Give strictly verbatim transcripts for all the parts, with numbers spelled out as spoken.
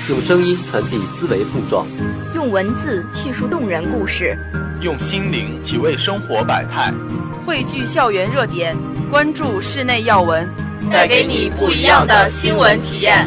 用声音传递思维碰撞， 用文字叙述动人故事， 用心灵体味生活百态， 汇聚校园热点，关注室内要闻， 带给你不一样的新闻体验。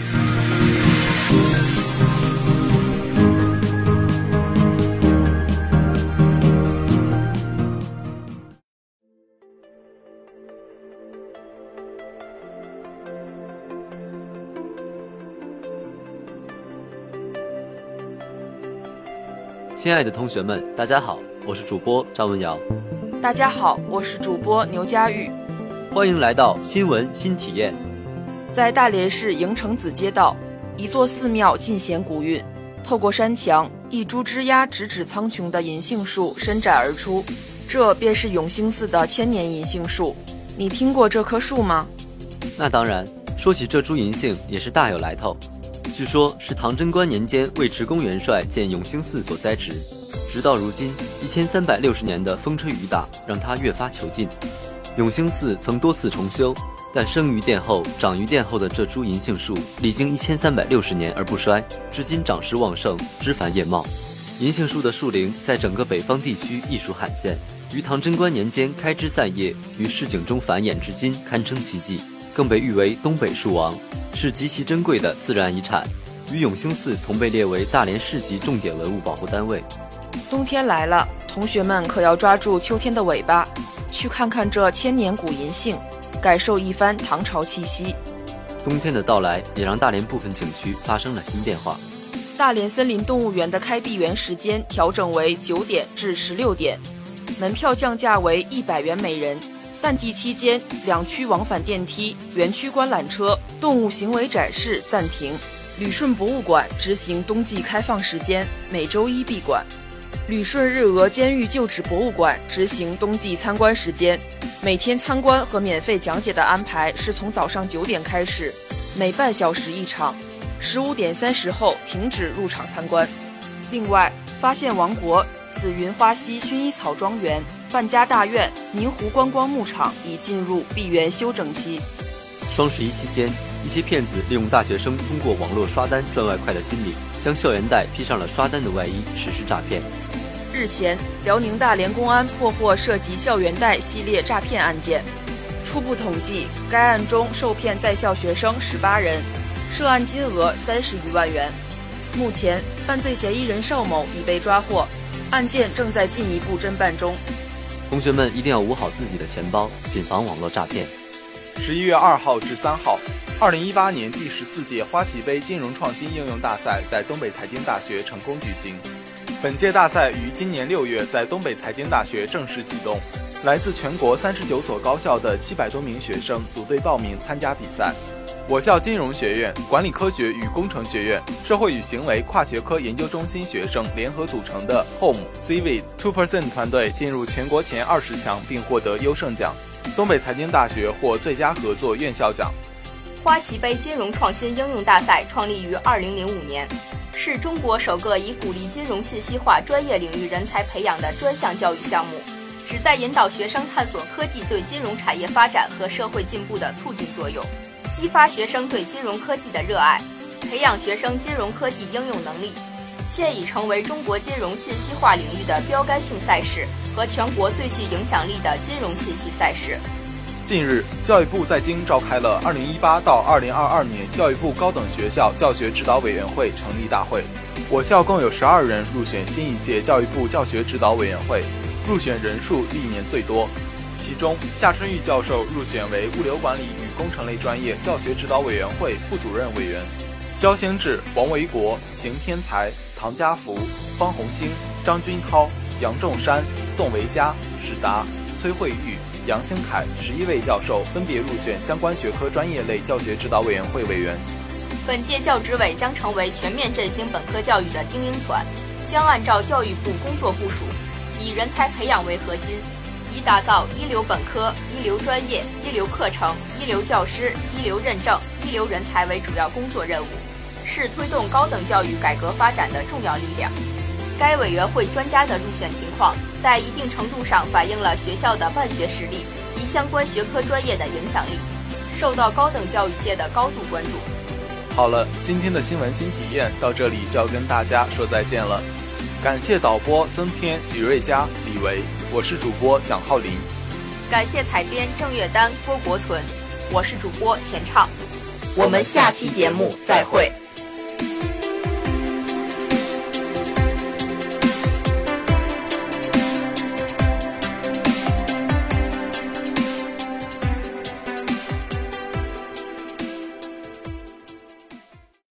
亲爱的同学们，大家好，我是主播张文瑶。 大家好，我是主播牛佳玉。 欢迎来到新闻新体验。 在大连市营城子街道，一座寺庙尽显古韵。透过山墙，一株枝桠直指苍穹的银杏树伸展而出，这便是永兴寺的千年银杏树。你听过这棵树吗？ 那当然，说起这株银杏也是大有来头。据说是唐贞观年间尉迟恭元帅建永兴寺所栽植，直到如今一千三百六十年的风吹雨打，让它越发遒劲。永兴寺曾多次重修，但生于殿后长于殿后的这株银杏树，历经一千三百六十年而不衰，至今长势旺盛，枝繁叶茂。银杏树的树龄在整个北方地区亦属罕见，于唐贞观年间开枝散叶，于市井中繁衍至今，堪称奇迹，更被誉为东北树王，是极其珍贵的自然遗产，与永兴寺同被列为大连市级重点文物保护单位。 冬天来了，同学们可要抓住秋天的尾巴，去看看这千年古银杏，感受一番唐朝气息。 冬天的到来也让大连部分景区发生了新变化。 大连森林动物园的开闭园时间调整为九点至十六点，门票降价为一百元每人。淡季期间，两区往返电梯、园区观览车、动物行为展示暂停。旅顺博物馆执行冬季开放时间，每周一闭馆。旅顺日俄监狱旧址博物馆执行冬季参观时间，每天参观和免费讲解的安排是从早上九点开始，每半小时一场，十五点三十后停止入场参观。另外，发现王国、紫云花溪薰衣草庄园、范家大院、明湖观光牧场已进入闭园休整期。 双十一期间，一些骗子利用大学生通过网络刷单赚外快的心理，将校园贷披上了刷单的外衣，实施诈骗。 日前，辽宁大连公安破获涉及校园贷系列诈骗案件。初步统计，该案中受骗在校学生十八人，涉案金额三十余万元。目前，犯罪嫌疑人邵某已被抓获，案件正在进一步侦办中。 同学们一定要捂好自己的钱包，谨防网络诈骗。 十一月二号至三号，二零一八年第十四届花旗杯金融创新应用大赛在东北财经大学成功举行。本届大赛于今年六月在东北财经大学正式启动，来自全国三十九所高校的七百多名学生组队报名参加比赛。我校金融学院、管理科学与工程学院、社会与行为跨学科研究中心学生联合组成的 Home C V two percent 团队进入全国前二十强，并获得优胜奖。东北财经大学获最佳合作院校奖。 花旗杯金融创新应用大赛创立于二零零五年，是中国首个以鼓励金融信息化专业领域人才培养的专项教育项目，旨在引导学生探索科技对金融产业发展和社会进步的促进作用，激发学生对金融科技的热爱，培养学生金融科技应用能力。现已成为中国金融信息化领域的标杆性赛事和全国最具影响力的金融信息赛事。 近日，教育部在京召开了二零一八到二零二二年教育部高等学校教学指导委员会成立大会。我校共有十二人入选新一届教育部教学指导委员会，入选人数历年最多。其中，夏春玉教授入选为物流管理与工程类专业教学指导委员会副主任委员。肖兴志、王维国、邢天才、唐家福、方红星、张军涛、杨仲山、宋维佳、史达、崔慧玉、杨兴凯十一位教授分别入选相关学科专业类教学指导委员会委员。 本届教指委将成为全面振兴本科教育的精英团，将按照教育部工作部署，以人才培养为核心，以打造一流本科、一流专业、一流课程、一流教师、一流认证、一流人才为主要工作任务，是推动高等教育改革发展的重要力量。该委员会专家的入选情况，在一定程度上反映了学校的办学实力及相关学科专业的影响力，受到高等教育界的高度关注。 好了，今天的新闻新体验到这里就要跟大家说再见了。感谢导播曾天、李瑞佳、李维，我是主播蒋浩林。 感谢采编郑月丹、郭国存，我是主播田畅。 我们下期节目再会。